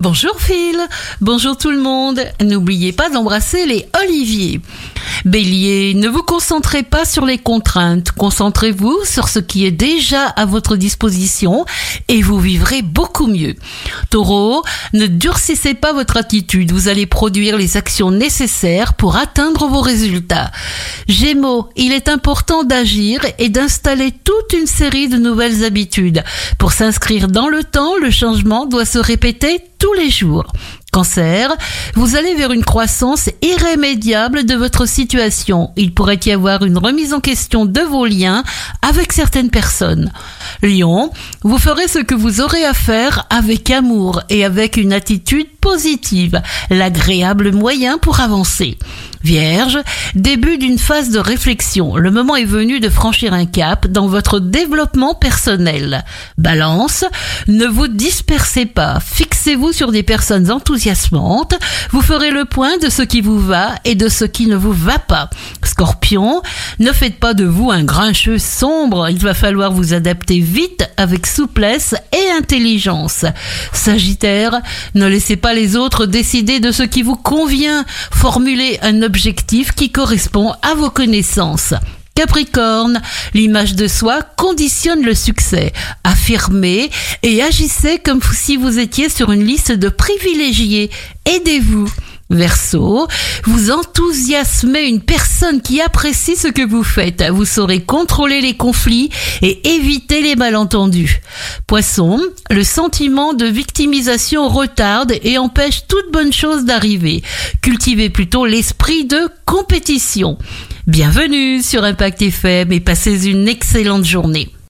Bonjour Phil, bonjour tout le monde. N'oubliez pas d'embrasser les oliviers. Bélier, ne vous concentrez pas sur les contraintes, concentrez-vous sur ce qui est déjà à votre disposition et vous vivrez beaucoup mieux. Taureau, ne durcissez pas votre attitude, vous allez produire les actions nécessaires pour atteindre vos résultats. Gémeaux, il est important d'agir et d'installer toute une série de nouvelles habitudes. Pour s'inscrire dans le temps, le changement doit se répéter tous les jours. Cancer, vous allez vers une croissance irrémédiable de votre situation. Il pourrait y avoir une remise en question de vos liens avec certaines personnes. Lion, vous ferez ce que vous aurez à faire avec amour et avec une attitude positive, l'agréable moyen pour avancer. Vierge, début d'une phase de réflexion. Le moment est venu de franchir un cap dans votre développement personnel. Balance, ne vous dispersez pas. Fixez-vous sur des personnes enthousiasmantes. Vous ferez le point de ce qui vous va et de ce qui ne vous va pas. Scorpion, ne faites pas de vous un grincheux sombre. Il va falloir vous adapter vite avec souplesse et intelligence. Sagittaire, ne laissez pas les autres décider de ce qui vous convient. Formulez un objectif qui correspond à vos connaissances. Capricorne, l'image de soi conditionne le succès. Affirmez et agissez comme si vous étiez sur une liste de privilégiés. Aidez-vous. Verseau, vous enthousiasmez une personne qui apprécie ce que vous faites. Vous saurez contrôler les conflits et éviter les malentendus. Poisson, le sentiment de victimisation retarde et empêche toute bonne chose d'arriver. Cultivez plutôt l'esprit de compétition. Bienvenue sur Impact FM et passez une excellente journée.